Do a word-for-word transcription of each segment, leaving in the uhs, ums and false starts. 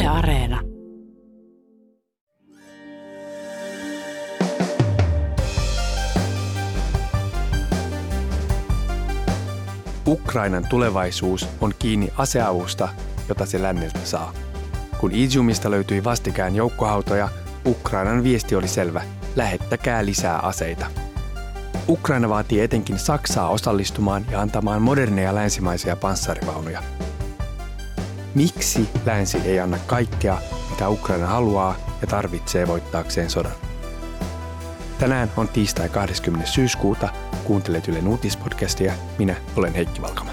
Yle Areena. Ukrainan tulevaisuus on kiinni aseavusta, jota se länneltä saa. Kun Iziumista löytyi vastikään joukkohautoja, Ukrainan viesti oli selvä: lähettäkää lisää aseita. Ukraina vaatii etenkin Saksaa osallistumaan ja antamaan moderneja länsimaisia panssarivaunuja. Miksi länsi ei anna kaikkea, mitä Ukraina haluaa ja tarvitsee voittaakseen sodan? Tänään on tiistai kahdeskymmenes syyskuuta. Kuuntelet Ylen uutispodcastia. Minä olen Heikki Valkama.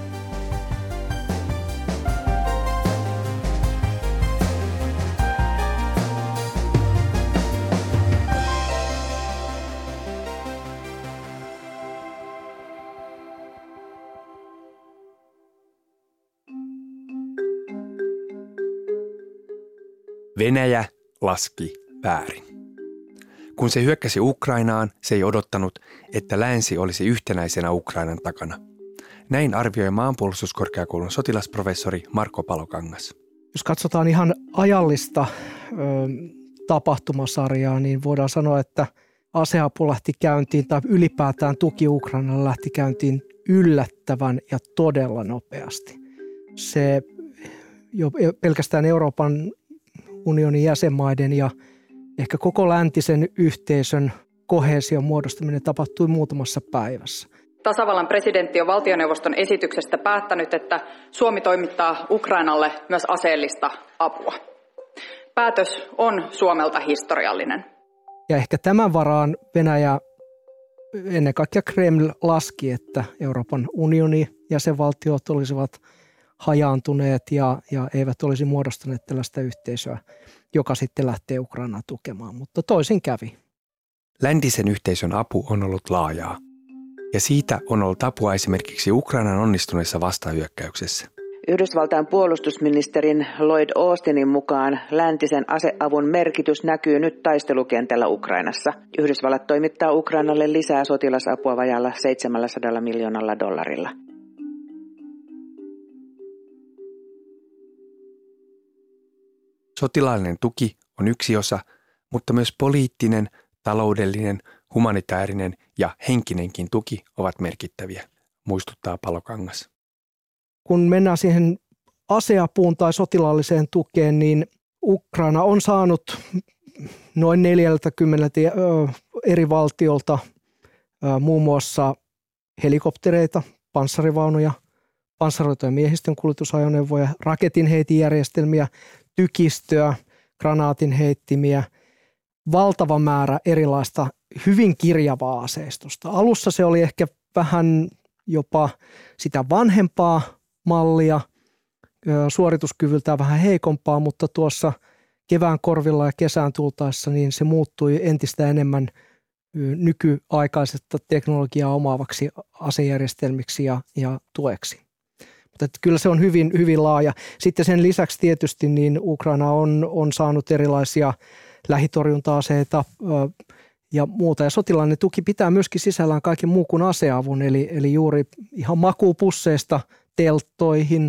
Venäjä laski väärin. Kun se hyökkäsi Ukrainaan, se ei odottanut, että länsi olisi yhtenäisenä Ukrainan takana. Näin arvioi maanpuolustuskorkeakoulun sotilasprofessori Marko Palokangas. Jos katsotaan ihan ajallista ö, tapahtumasarjaa, niin voidaan sanoa, että aseapu lähti käyntiin tai ylipäätään tuki Ukrainalle lähti käyntiin yllättävän ja todella nopeasti. Se jo pelkästään Euroopan unionin jäsenmaiden ja ehkä koko läntisen yhteisön koheesion muodostaminen tapahtui muutamassa päivässä. Tasavallan presidentti on valtioneuvoston esityksestä päättänyt, että Suomi toimittaa Ukrainalle myös aseellista apua. Päätös on Suomelta historiallinen. Ja ehkä tämän varaan Venäjä, ennen kaikkea Kreml, laski, että Euroopan unionin jäsenvaltiot olisivat hajaantuneet ja, ja eivät olisi muodostaneet tällaista yhteisöä, joka sitten lähtee Ukrainaa tukemaan, mutta toisin kävi. Läntisen yhteisön apu on ollut laajaa, ja siitä on ollut apua esimerkiksi Ukrainan onnistuneessa vastahyökkäyksessä. Yhdysvaltain puolustusministerin Lloyd Austinin mukaan läntisen aseavun merkitys näkyy nyt taistelukentällä Ukrainassa. Yhdysvallat toimittaa Ukrainalle lisää sotilasapua vajaalla seitsemänsadaa miljoonalla dollarilla. Sotilaallinen tuki on yksi osa, mutta myös poliittinen, taloudellinen, humanitaarinen ja henkinenkin tuki ovat merkittäviä, muistuttaa Palokangas. Kun mennään siihen aseapuun tai sotilaalliseen tukeen, niin Ukraina on saanut noin neljäkymmentä eri valtiolta muun muassa helikoptereita, panssarivaunuja, panssaroituja miehistön kuljetusajoneuvoja, raketinheitijärjestelmiä, tykistöä, granaatinheittimiä, valtava määrä erilaista hyvin kirjavaa aseistusta. Alussa se oli ehkä vähän jopa sitä vanhempaa mallia, suorituskyvyltään vähän heikompaa, mutta tuossa kevään korvilla ja kesään tultaessa niin se muuttui entistä enemmän nykyaikaisesta teknologiaa omaavaksi asejärjestelmiksi ja, ja tueksi. Mutta kyllä se on hyvin, hyvin laaja. Sitten sen lisäksi tietysti niin Ukraina on, on saanut erilaisia lähitorjunta-aseita ja muuta. Ja sotilainen tuki pitää myöskin sisällään kaiken muu kuin aseavun, eli, eli juuri ihan makuupusseista telttoihin,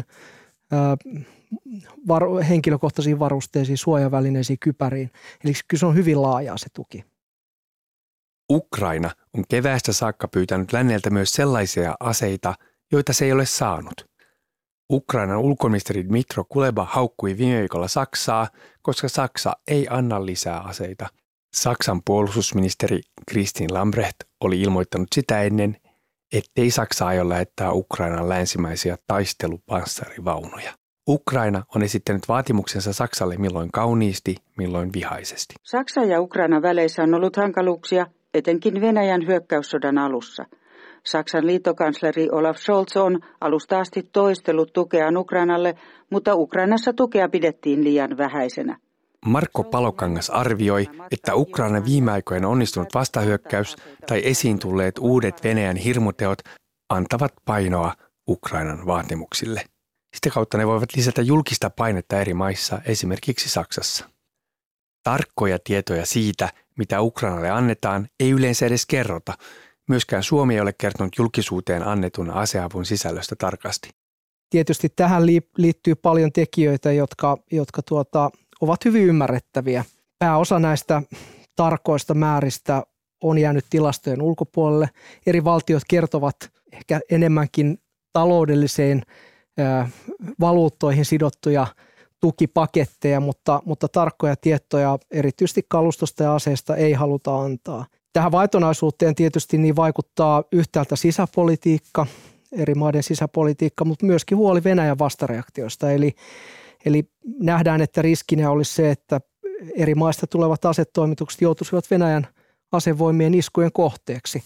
var, henkilökohtaisiin varusteisiin, suojavälineisiin, kypäriin. Eli kyllä se on hyvin laajaa se tuki. Ukraina on keväästä saakka pyytänyt länneltä myös sellaisia aseita, joita se ei ole saanut. Ukrainan ulkoministeri Dmytro Kuleba haukkui viime viikolla Saksaa, koska Saksa ei anna lisää aseita. Saksan puolustusministeri Christine Lambrecht oli ilmoittanut sitä ennen, ettei Saksa aio lähettää Ukrainan länsimaisia taistelupanssarivaunuja. Ukraina on esittänyt vaatimuksensa Saksalle milloin kauniisti, milloin vihaisesti. Saksan ja Ukrainan väleissä on ollut hankaluuksia, etenkin Venäjän hyökkäyssodan alussa. Saksan liittokansleri Olaf Scholz on alusta asti toistellut tukeaan Ukrainalle, mutta Ukrainassa tukea pidettiin liian vähäisenä. Marko Palokangas arvioi, että Ukrainan viime aikojen onnistunut vastahyökkäys tai esiin tulleet uudet Venäjän hirmuteot antavat painoa Ukrainan vaatimuksille. Sitä kautta ne voivat lisätä julkista painetta eri maissa, esimerkiksi Saksassa. Tarkkoja tietoja siitä, mitä Ukrainalle annetaan, ei yleensä edes kerrota. Myöskään Suomi ei ole kertonut julkisuuteen annetun aseavun sisällöstä tarkasti. tietysti tähän liittyy paljon tekijöitä, jotka, jotka tuota, ovat hyvin ymmärrettäviä. Pääosa näistä tarkoista määristä on jäänyt tilastojen ulkopuolelle. Eri valtiot kertovat ehkä enemmänkin taloudelliseen ää, valuuttoihin sidottuja tukipaketteja, mutta, mutta tarkkoja tietoja erityisesti kalustosta ja aseista ei haluta antaa. Tähän vaitonaisuuteen tietysti niin vaikuttaa yhtäältä sisäpolitiikka, eri maiden sisäpolitiikka, mutta myöskin huoli Venäjän vastareaktioista. Eli, eli nähdään, että riskinä olisi se, että eri maista tulevat asetoimitukset joutuisivat Venäjän asevoimien iskujen kohteeksi.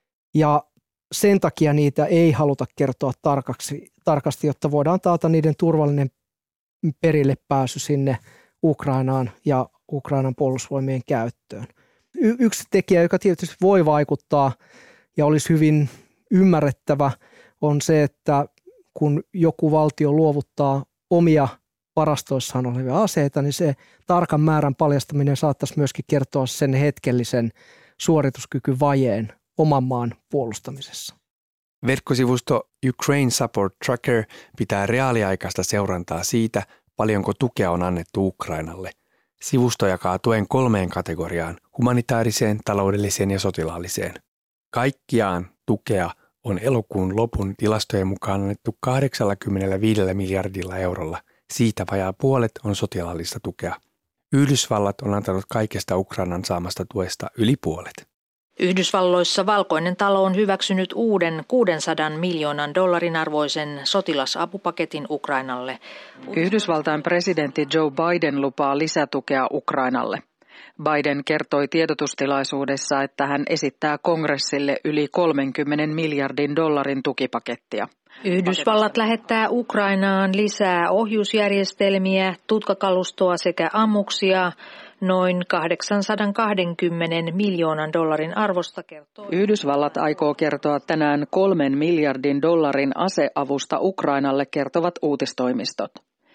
Ja sen takia niitä ei haluta kertoa tarkaksi, tarkasti, jotta voidaan taata niiden turvallinen perille pääsy sinne Ukrainaan ja Ukrainan puolustusvoimien käyttöön. Y- yksi tekijä, joka tietysti voi vaikuttaa ja olisi hyvin ymmärrettävä, on se, että kun joku valtio luovuttaa omia varastoissaan olevia aseita, niin se tarkan määrän paljastaminen saattaisi myöskin kertoa sen hetkellisen suorituskykyvajeen oman maan puolustamisessa. Verkkosivusto Ukraine Support Tracker pitää reaaliaikaista seurantaa siitä, paljonko tukea on annettu Ukrainalle. Sivusto jakaa tuen kolmeen kategoriaan, humanitaariseen, taloudelliseen ja sotilaalliseen. Kaikkiaan tukea on elokuun lopun tilastojen mukaan annettu kahdeksankymmentäviisi miljardilla eurolla. Siitä vajaa puolet on sotilaallista tukea. Yhdysvallat on antanut kaikesta Ukrainan saamasta tuesta yli puolet. Yhdysvalloissa Valkoinen talo on hyväksynyt uuden kuudensadan miljoonan dollarin arvoisen sotilasapupaketin Ukrainalle. Yhdysvaltain presidentti Joe Biden lupaa lisätukea Ukrainalle. Biden kertoi tiedotustilaisuudessa, että hän esittää kongressille yli kolmenkymmenen miljardin dollarin tukipakettia. Yhdysvallat lähettää Ukrainaan lisää ohjusjärjestelmiä, tutkakalustoa sekä ammuksia noin kahdeksansataakaksikymmentä miljoonan dollarin arvosta, kertoo. Yhdysvallat aikoo kertoa tänään kolmen miljardin dollarin aseavusta Ukrainalle, kertovat uutistoimistot.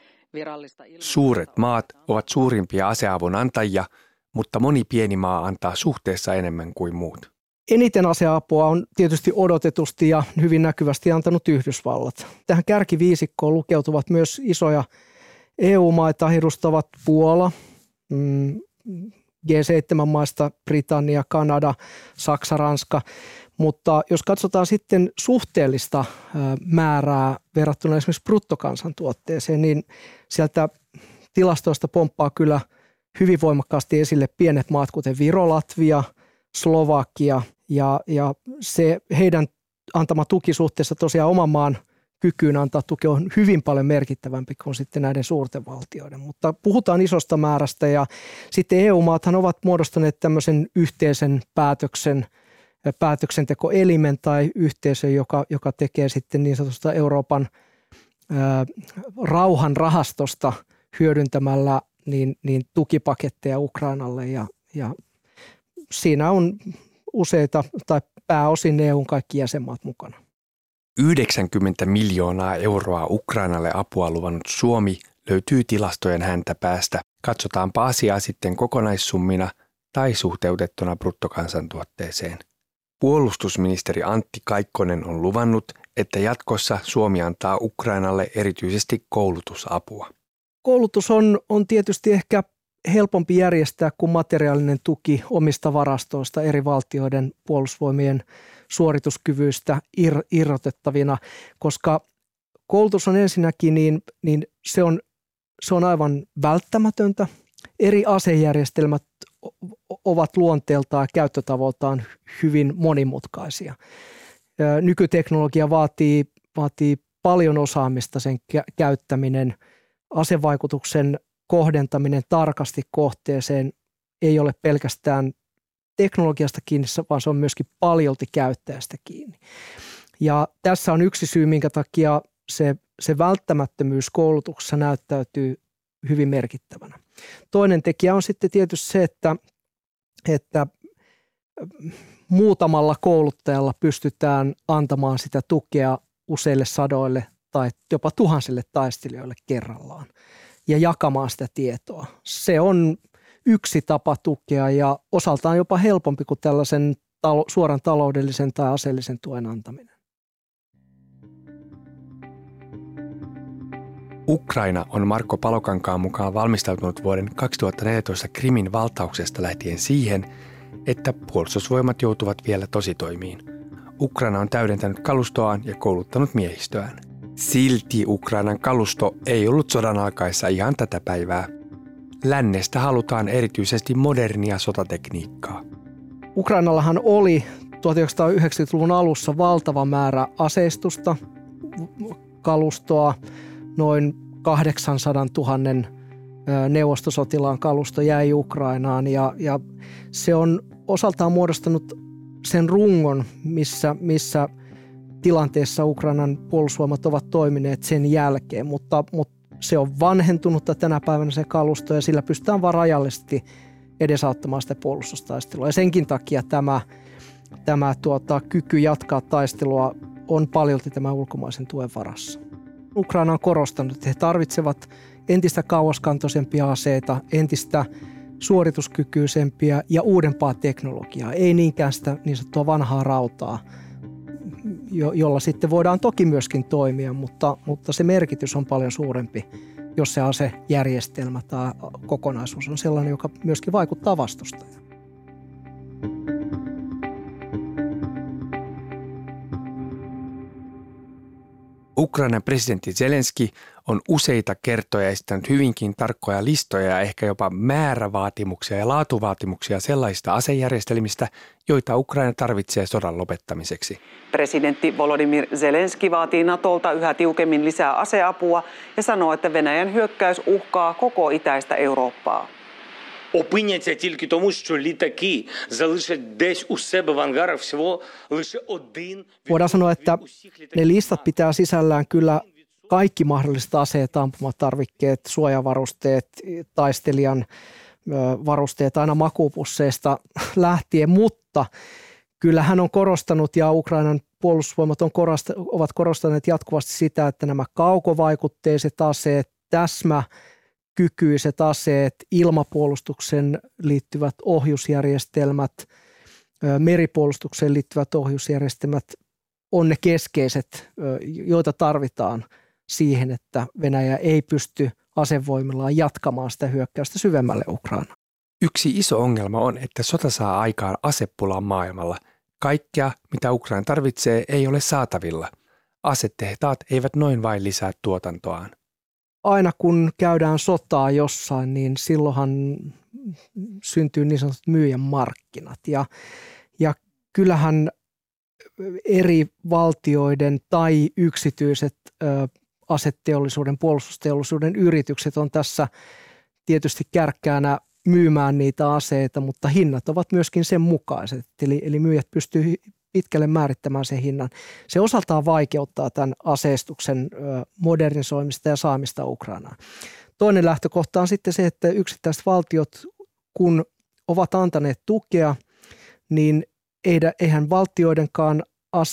Suuret maat ovat suurimpia aseavun antajia, mutta moni pieni maa antaa suhteessa enemmän kuin muut. Eniten aseapua on tietysti odotetusti ja hyvin näkyvästi antanut Yhdysvallat. Tähän kärkiviisikkoon lukeutuvat myös isoja E U-maita edustavat Puola, G seitsemän maista Britannia, Kanada, Saksa, Ranska. Mutta jos katsotaan sitten suhteellista määrää verrattuna esimerkiksi bruttokansantuotteeseen, niin sieltä tilastoista pomppaa kyllä hyvin voimakkaasti esille pienet maat, kuten Viro, Latvia, Slovakia, ja, ja se heidän antama tuki suhteessa tosiaan oman maan kykyyn antaa tuki on hyvin paljon merkittävämpi kuin sitten näiden suurten valtioiden. Mutta puhutaan isosta määrästä, ja sitten E U-maathan ovat muodostaneet tämmöisen yhteisen päätöksen, päätöksentekoelimen tai yhteisön, joka, joka tekee sitten niin sanotusta Euroopan ää, rauhanrahastosta hyödyntämällä niin, niin tukipaketteja Ukrainalle, ja, ja siinä on useita tai pääosin E U:n kaikki jäsenmaat mukana. yhdeksänkymmentä miljoonaa euroa Ukrainalle apua luvannut Suomi löytyy tilastojen häntäpäästä. Katsotaanpa asiaa sitten kokonaissummina tai suhteutettuna bruttokansantuotteeseen. Puolustusministeri Antti Kaikkonen on luvannut, että jatkossa Suomi antaa Ukrainalle erityisesti koulutusapua. Koulutus on, on tietysti ehkä helpompi järjestää kuin materiaalinen tuki omista varastoista eri valtioiden puolustusvoimien suorituskyvyistä ir, irrotettavina, koska koulutus on ensinnäkin niin, niin se, on, se on aivan välttämätöntä. Eri asejärjestelmät ovat luonteeltaan ja käyttötavoltaan hyvin monimutkaisia. Nykyteknologia vaatii, vaatii paljon osaamista, sen käyttäminen, asevaikutuksen kohdentaminen tarkasti kohteeseen ei ole pelkästään teknologiasta kiinni, vaan se on myöskin paljolti käyttäjästä kiinni. Ja tässä on yksi syy, minkä takia se, se välttämättömyys koulutuksessa näyttäytyy hyvin merkittävänä. Toinen tekijä on sitten tietysti se, että, että muutamalla kouluttajalla pystytään antamaan sitä tukea useille sadoille tai jopa tuhansille taistelijoille kerrallaan ja jakamaan sitä tietoa. Se on yksi tapa tukea ja osaltaan jopa helpompi kuin tällaisen talo, suoran taloudellisen tai aseellisen tuen antaminen. Ukraina on Marko Palokankaan mukaan valmistautunut vuoden kaksituhattaneljätoista Krimin valtauksesta lähtien siihen, että puolustusvoimat joutuvat vielä tositoimiin. Ukraina on täydentänyt kalustoaan ja kouluttanut miehistöään. Silti Ukrainan kalusto ei ollut sodan alkaessa ihan tätä päivää. Lännestä halutaan erityisesti modernia sotatekniikkaa. Ukrainallahan oli tuhatyhdeksänsataayhdeksänkymmentäluvun alussa valtava määrä aseistusta, kalustoa, noin kahdeksansadantuhannen neuvostosotilaan kalusto jäi Ukrainaan ja, ja se on osaltaan muodostanut sen rungon, missä, missä tilanteessa Ukrainan puolustusvoimat ovat toimineet sen jälkeen, mutta, mutta se on vanhentunutta tänä päivänä se kalusto ja sillä pystytään vain rajallisesti edesauttamaan sitä puolustustaistelua. Ja senkin takia tämä, tämä tuota, kyky jatkaa taistelua on paljolti tämän ulkomaisen tuen varassa. Ukraina on korostanut, että he tarvitsevat entistä kauaskantoisempia aseita, entistä suorituskykyisempiä ja uudempaa teknologiaa. Ei niinkään sitä niin sanottua vanhaa rautaa, jo, jolla sitten voidaan toki myöskin toimia, mutta, mutta se merkitys on paljon suurempi, jos se asejärjestelmä tai kokonaisuus on sellainen, joka myöskin vaikuttaa vastustajaan. Ukrainan presidentti Zelenski on useita kertoja esittänyt hyvinkin tarkkoja listoja ja ehkä jopa määrävaatimuksia ja laatuvaatimuksia sellaisista asejärjestelmistä, joita Ukraina tarvitsee sodan lopettamiseksi. Presidentti Volodymyr Zelenski vaatii Natolta yhä tiukemmin lisää aseapua ja sanoo, että Venäjän hyökkäys uhkaa koko itäistä Eurooppaa. Опиняться тільки тому, що літаки залишать десь у себе в ангарах всього лише один. Voidaan sanoa, että ne listat pitää sisällään kyllä kaikki mahdolliset aseet, ampumatarvikkeet, suojavarusteet, taistelijan varusteet aina makuupusseista lähtien, mutta kyllä hän on korostanut ja Ukrainan puolustusvoimat on korosta, ovat korostaneet jatkuvasti sitä, että nämä kaukovaikutteiset aseet, täsmä kykyiset aseet, ilmapuolustuksen liittyvät ohjusjärjestelmät, meripuolustukseen liittyvät ohjusjärjestelmät on ne keskeiset, joita tarvitaan siihen, että Venäjä ei pysty asevoimillaan jatkamaan sitä hyökkäystä syvemmälle Ukrainaan. Yksi iso ongelma on, että sota saa aikaan asepulaa maailmalla. Kaikkea, mitä Ukraina tarvitsee, ei ole saatavilla. Asetehtaat eivät noin vain lisää tuotantoaan. Aina kun käydään sotaa jossain, niin silloinhan syntyy niin sanotut myyjän markkinat. Ja, ja kyllähän eri valtioiden tai yksityiset ö, aseteollisuuden, puolustusteollisuuden yritykset on tässä tietysti kärkkäänä myymään niitä aseita, mutta hinnat ovat myöskin sen mukaiset. Eli, eli myyjät pystyy pitkälle määrittämään sen hinnan. Se osaltaan vaikeuttaa tämän aseistuksen modernisoimista ja saamista Ukrainaan. Toinen lähtökohta on sitten se, että yksittäiset valtiot, kun ovat antaneet tukea, niin eihän valtioidenkaan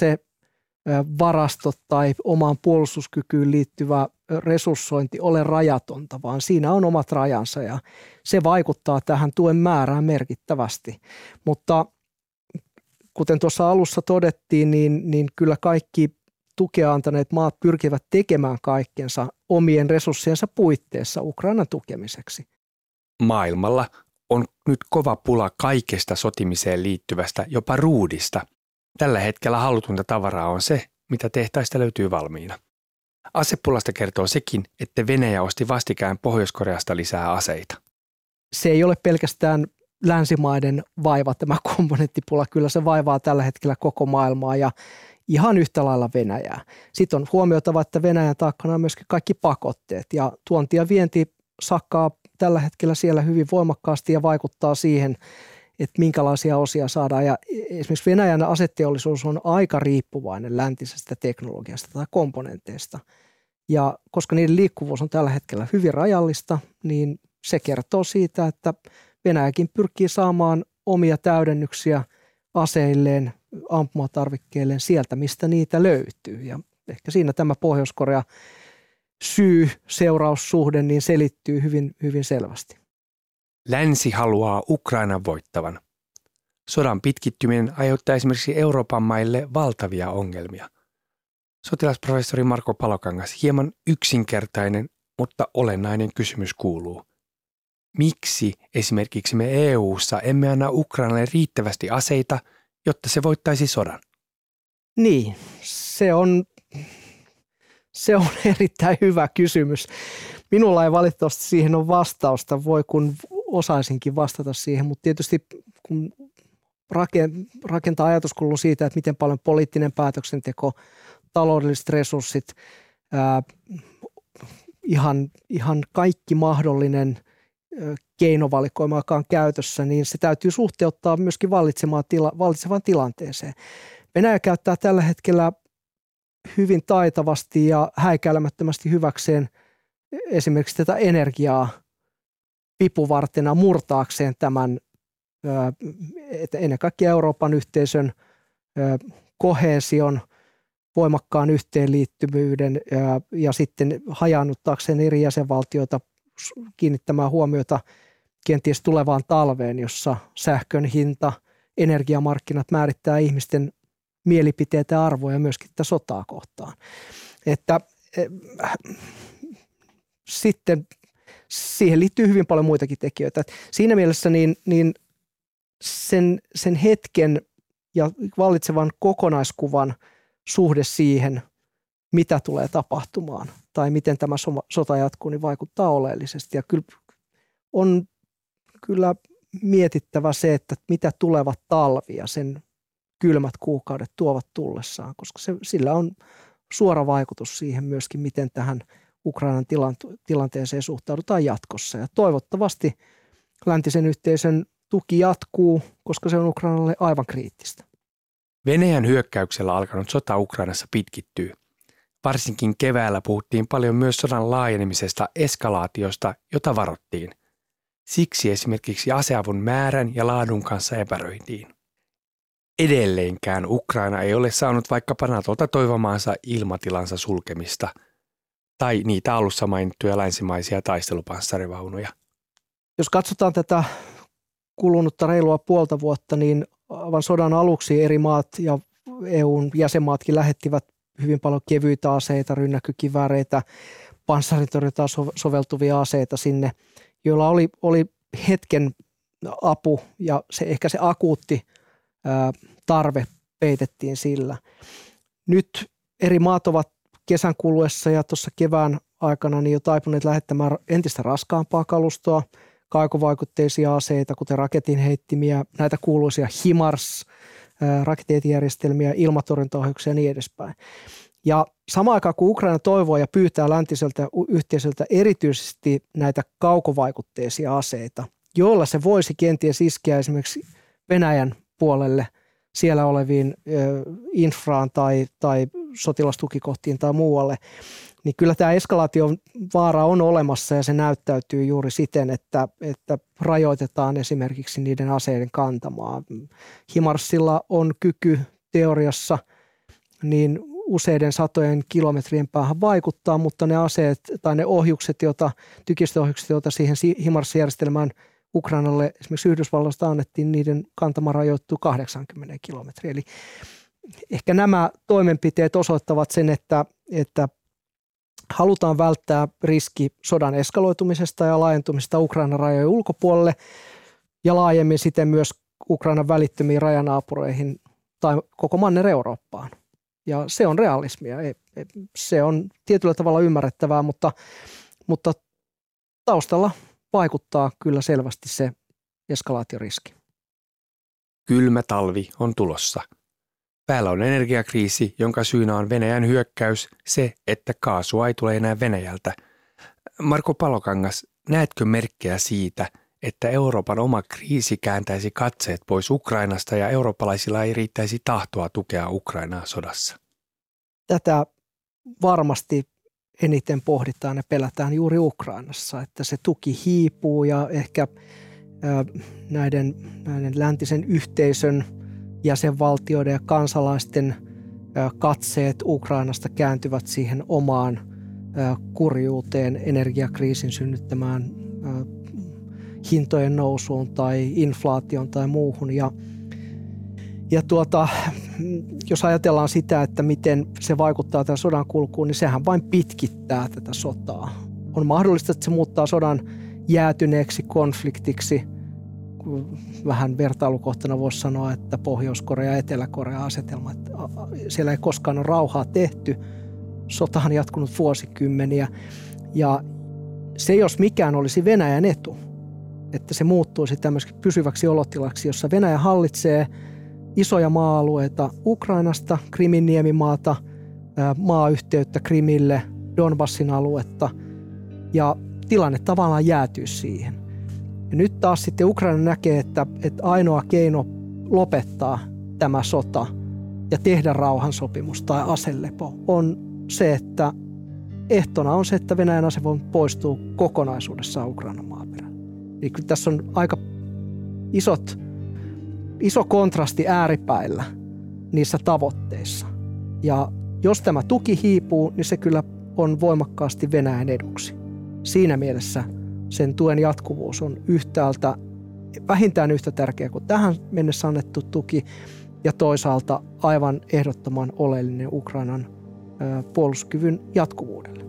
asevarastot tai omaan puolustuskykyyn liittyvä resurssointi ole rajatonta, vaan siinä on omat rajansa ja se vaikuttaa tähän tuen määrään merkittävästi. Mutta kuten tuossa alussa todettiin, niin, niin kyllä kaikki tukea antaneet maat pyrkivät tekemään kaikkensa omien resurssiensa puitteissa Ukrainan tukemiseksi. Maailmalla on nyt kova pula kaikesta sotimiseen liittyvästä, jopa ruudista. Tällä hetkellä halutunta tavaraa on se, mitä tehtaista löytyy valmiina. Asepulasta kertoo sekin, että Venäjä osti vastikään Pohjois-Koreasta lisää aseita. Se ei ole pelkästään länsimaiden vaiva tämä komponenttipula, kyllä se vaivaa tällä hetkellä koko maailmaa ja ihan yhtä lailla Venäjää. Sitten on huomioitava, että Venäjän taakkana on myöskin kaikki pakotteet ja tuonti ja vienti sakkaa tällä hetkellä siellä hyvin voimakkaasti ja vaikuttaa siihen, että minkälaisia osia saadaan. Ja esimerkiksi Venäjän aseteollisuus on aika riippuvainen läntisestä teknologiasta tai komponenteista. Ja koska niiden liikkuvuus on tällä hetkellä hyvin rajallista, niin se kertoo siitä, että Venäjäkin pyrkii saamaan omia täydennyksiä aseilleen, ampumatarvikkeilleen sieltä, mistä niitä löytyy. Ja ehkä siinä tämä Pohjois-Korea syy-seuraussuhde niin selittyy hyvin, hyvin selvästi. Länsi haluaa Ukrainan voittavan. Sodan pitkittyminen aiheuttaa esimerkiksi Euroopan maille valtavia ongelmia. Sotilasprofessori Marko Palokangas, hieman yksinkertainen Mutta olennainen kysymys kuuluu, miksi esimerkiksi me E U:ssa emme anna Ukrainalle riittävästi aseita, jotta se voittaisi sodan? Niin, se on, se on erittäin hyvä kysymys. Minulla ei valitettavasti siihen ole vastausta, voi kun osaisinkin vastata siihen, mutta tietysti kun rakentaa ajatuskulun siitä, että miten paljon poliittinen päätöksenteko, taloudelliset resurssit, ää, ihan, ihan kaikki mahdollinen keinovalikoima, joka on käytössä, niin se täytyy suhteuttaa myöskin vallitsemaan tila, vallitsevaan tilanteeseen. Venäjä käyttää tällä hetkellä hyvin taitavasti ja häikäilemättömästi hyväkseen esimerkiksi tätä energiaa vipuvartena murtaakseen tämän että ennen kaikkea Euroopan yhteisön koheesion, voimakkaan yhteenliittymyyden ja, ja sitten hajaannuttaakseen eri jäsenvaltioita kiinnittämään huomiota kenties tulevaan talveen, jossa sähkön hinta, energiamarkkinat määrittää ihmisten mielipiteitä ja arvoja myöskin tätä sotaa kohtaan. Että äh, sitten siihen liittyy hyvin paljon muitakin tekijöitä. Että siinä mielessä niin, niin sen, sen hetken ja vallitsevan kokonaiskuvan suhde siihen, mitä tulee tapahtumaan tai miten tämä sota jatkuu, niin vaikuttaa oleellisesti. Ja kyllä on kyllä mietittävä se, että mitä tulevat talvi ja sen kylmät kuukaudet tuovat tullessaan, koska se, sillä on suora vaikutus siihen myöskin, miten tähän Ukrainan tilanteeseen suhtaudutaan jatkossa. Ja toivottavasti läntisen yhteisön tuki jatkuu, koska se on Ukrainalle aivan kriittistä. Venäjän hyökkäyksellä alkanut sota Ukrainassa pitkittyy. Varsinkin keväällä puhuttiin paljon myös sodan laajenemisesta eskalaatiosta, jota varoittiin. Siksi esimerkiksi aseavun määrän ja laadun kanssa epäröitiin. Edelleenkään Ukraina ei ole saanut vaikkapa Natolta toivomaansa ilmatilansa sulkemista tai niitä alussa mainittuja länsimaisia taistelupanssarivaunuja. Jos katsotaan tätä kulunutta reilua puolta vuotta, niin aivan sodan aluksi eri maat ja E U:n jäsenmaatkin lähettivät hyvin paljon kevyitä aseita, rynnäkkökivääreitä, panssarintorjuntaan soveltuvia aseita sinne, joilla oli, oli hetken apu ja se, ehkä se akuutti ää, tarve peitettiin sillä. Nyt eri maat ovat kesän kuluessa ja tuossa kevään aikana niin jo taipuneet lähettämään entistä raskaampaa kalustoa, kaikovaikutteisia aseita, kuten raketinheittimiä, näitä kuuluisia HIMARS, rakettietijärjestelmiä, ilmatorjuntaohjuksia ja niin edespäin. Ja samaan aikaan, kun Ukraina toivoo ja pyytää läntiseltä yhteisöltä erityisesti näitä kaukovaikutteisia aseita, joilla se voisi kenties iskeä esimerkiksi Venäjän puolelle siellä oleviin infraan tai, tai sotilastukikohtiin tai muualle, niin kyllä tämä eskalaation vaara on olemassa ja se näyttäytyy juuri siten, että, että rajoitetaan esimerkiksi niiden aseiden kantamaa. HIMARSilla on kyky teoriassa niin useiden satojen kilometrien päähän vaikuttaa, mutta ne aseet tai ne ohjukset, joita, tykistöohjukset, joita siihen HIMARS-järjestelmään Ukrainalle esimerkiksi Yhdysvalloista annettiin, niiden kantama rajoittuu kahdeksankymmentä kilometriä. Eli ehkä nämä toimenpiteet osoittavat sen, että, että halutaan välttää riski sodan eskaloitumisesta ja laajentumisesta Ukrainan rajojen ulkopuolelle ja laajemmin siten myös Ukrainan välittömiin rajanaapureihin tai koko Manner-Eurooppaan. Ja se on realismia. Se on tietyllä tavalla ymmärrettävää, mutta, mutta taustalla vaikuttaa kyllä selvästi se eskalaatioriski. Kylmä talvi on tulossa. Päällä on energiakriisi, jonka syynä on Venäjän hyökkäys, se, että kaasua ei tule enää Venäjältä. Marko Palokangas, näetkö merkkejä siitä, että Euroopan oma kriisi kääntäisi katseet pois Ukrainasta ja eurooppalaisilla ei riittäisi tahtoa tukea Ukrainaa sodassa? Tätä varmasti eniten pohditaan ja pelätään juuri Ukrainassa, että se tuki hiipuu ja ehkä näiden, näiden läntisen yhteisön jäsenvaltioiden ja kansalaisten katseet Ukrainasta kääntyvät siihen omaan kurjuuteen, energiakriisin synnyttämään hintojen nousuun tai inflaation tai muuhun. Ja, ja tuota, jos ajatellaan sitä, että miten se vaikuttaa tämän sodan kulkuun, niin sehän vain pitkittää tätä sotaa. On mahdollista, että se muuttaa sodan jäätyneeksi konfliktiksi. Vähän vertailukohtana voisi sanoa, että Pohjois-Korea ja Etelä-Korea asetelma. Että siellä ei koskaan ole rauhaa tehty. Sota on jatkunut vuosikymmeniä ja se jos mikään olisi Venäjän etu, että se muuttuisi tämmöiseksi pysyväksi olotilaksi, jossa Venäjä hallitsee isoja maa-alueita Ukrainasta, Krimin niemimaata, maayhteyttä Krimille, Donbassin aluetta ja tilanne tavallaan jäätyy siihen. Ja nyt taas sitten Ukraina näkee, että, että ainoa keino lopettaa tämä sota ja tehdä rauhansopimus tai aselepo on se, että ehtona on se, että Venäjän asevoima poistuu kokonaisuudessaan Ukrainan maaperään. Eli tässä on aika isot, iso kontrasti ääripäillä niissä tavoitteissa. Ja jos tämä tuki hiipuu, niin se kyllä on voimakkaasti Venäjän eduksi. Siinä mielessä sen tuen jatkuvuus on yhtäältä vähintään yhtä tärkeä kuin tähän mennessä annettu tuki ja toisaalta aivan ehdottoman oleellinen Ukrainan puolustuskyvyn jatkuvuudelle.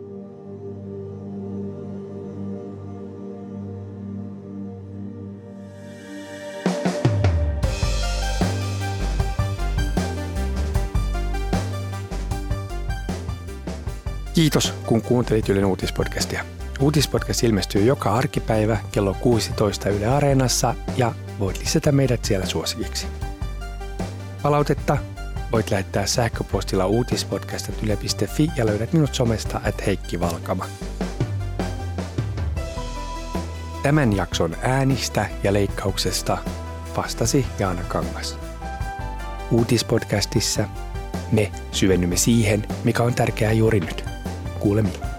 Kiitos, kun kuuntelit Ylen uutispodcastia. Uutispodcast ilmestyy joka arkipäivä kello kuusitoista Yle Areenassa ja voit lisätä meidät siellä suosikiksi. Palautetta voit lähettää sähköpostilla uutispodcast piste yle piste fi ja löydät minut somesta at Heikki Valkama. Tämän jakson äänistä ja leikkauksesta vastasi Jaana Kangas. Uutispodcastissa me syvennymme siihen, mikä on tärkeää juuri nyt. Kuulemiin.